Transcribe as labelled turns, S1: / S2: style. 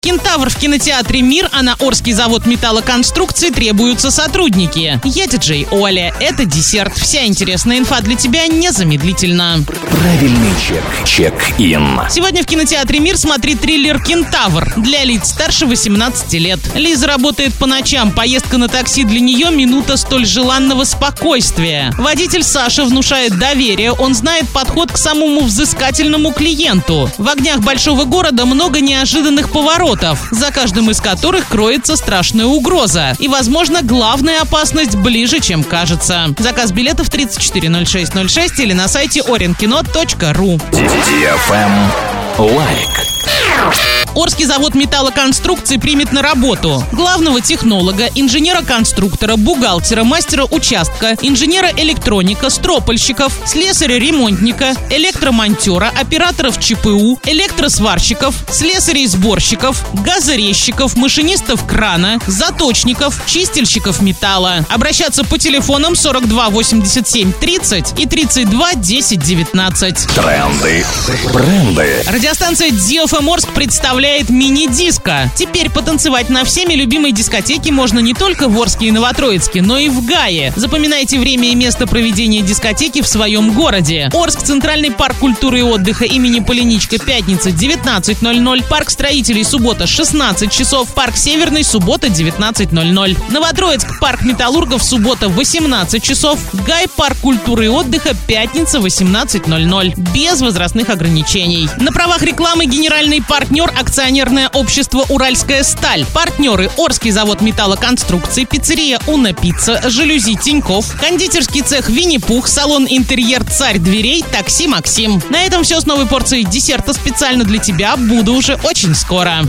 S1: Кентавр в кинотеатре «Мир», а на Орский завод металлоконструкций требуются сотрудники. Я диджей Оля. Это десерт. Вся интересная инфа для тебя незамедлительно.
S2: Правильный чек. Чек-ин.
S1: Сегодня в кинотеатре «Мир» смотри триллер «Кентавр» для лиц старше 18 лет. Лиза работает по ночам. Поездка на такси для нее — минута столь желанного спокойствия. Водитель Саша внушает доверие. Он знает подход к самому взыскательному клиенту. В огнях большого города много неожиданных поворотов, за каждым из которых кроется страшная угроза. И, возможно, главная опасность ближе, чем кажется. Заказ билетов 340606 или на сайте orinkino.ru.
S2: Лайк.
S1: Орский завод металлоконструкций примет на работу главного технолога, инженера-конструктора, бухгалтера, мастера участка, инженера-электроника, стропольщиков, слесаря-ремонтника, электромонтера, операторов ЧПУ, электросварщиков, слесарей-сборщиков, газорезчиков, машинистов крана, заточников, чистильщиков металла. Обращаться по телефонам 42 87 30 и 32 10 19.
S2: Тренды. Бренды.
S1: Радиостанция DFM Орск представляет мини-диско. Теперь потанцевать на всеми любимой дискотеке можно не только в Орске и Новотроицке, но и в Гае. Запоминайте время и место проведения дискотеки в своем городе. Орск, Центральный парк культуры и отдыха имени Полиничка, пятница 19:00, парк строителей суббота 16 часов, парк Северный суббота 19:00, Новотроицк, парк металлургов суббота 18 часов, Гай, парк культуры и отдыха пятница 18:00, без возрастных ограничений. На правах рекламы генеральный партнер — акционерное общество «Уральская сталь». Партнеры — Орский завод металлоконструкций, пиццерия «Уна Пицца», жалюзи Тинькофф, кондитерский цех «Винни-Пух», салон «Интерьер Царь дверей», такси «Максим». На этом все с новой порцией десерта специально для тебя. Буду уже очень скоро.